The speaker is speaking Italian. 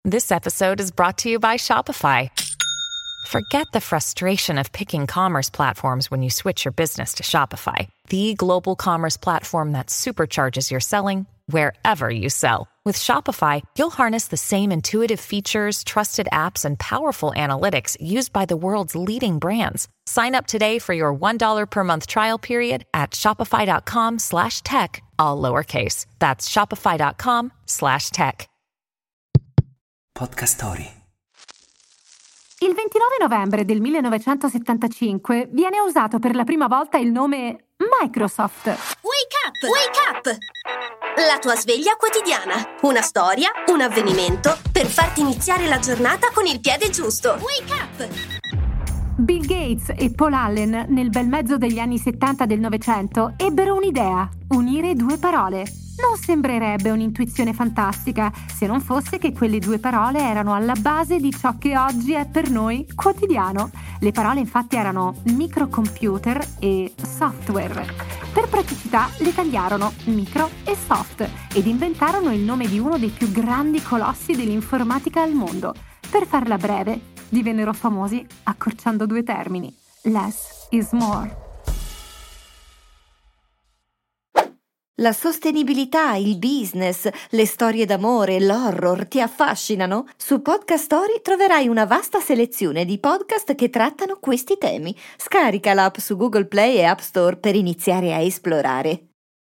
This episode is brought to you by Shopify. Forget the frustration of picking commerce platforms when you switch your business to Shopify, the global commerce platform that supercharges your selling wherever you sell. With Shopify, you'll harness the same intuitive features, trusted apps, and powerful analytics used by the world's leading brands. Sign up today for your $1 per month trial period at shopify.com/tech, all lowercase. That's shopify.com/tech. Podcast Story. Il 29 novembre del 1975 viene usato per la prima volta il nome Microsoft. Wake up! Wake up! La tua sveglia quotidiana. Una storia, un avvenimento per farti iniziare la giornata con il piede giusto. Wake up! Bill Gates e Paul Allen, nel bel mezzo degli anni 70 del Novecento, ebbero un'idea: unire due parole. Non sembrerebbe un'intuizione fantastica se non fosse che quelle due parole erano alla base di ciò che oggi è per noi quotidiano. Le parole infatti erano microcomputer e software. Per praticità le tagliarono micro e soft ed inventarono il nome di uno dei più grandi colossi dell'informatica al mondo. Per farla breve, divennero famosi accorciando due termini: less is more. La sostenibilità, il business, le storie d'amore, l'horror ti affascinano? Su Podcast Story troverai una vasta selezione di podcast che trattano questi temi. Scarica l'app su Google Play e App Store per iniziare a esplorare.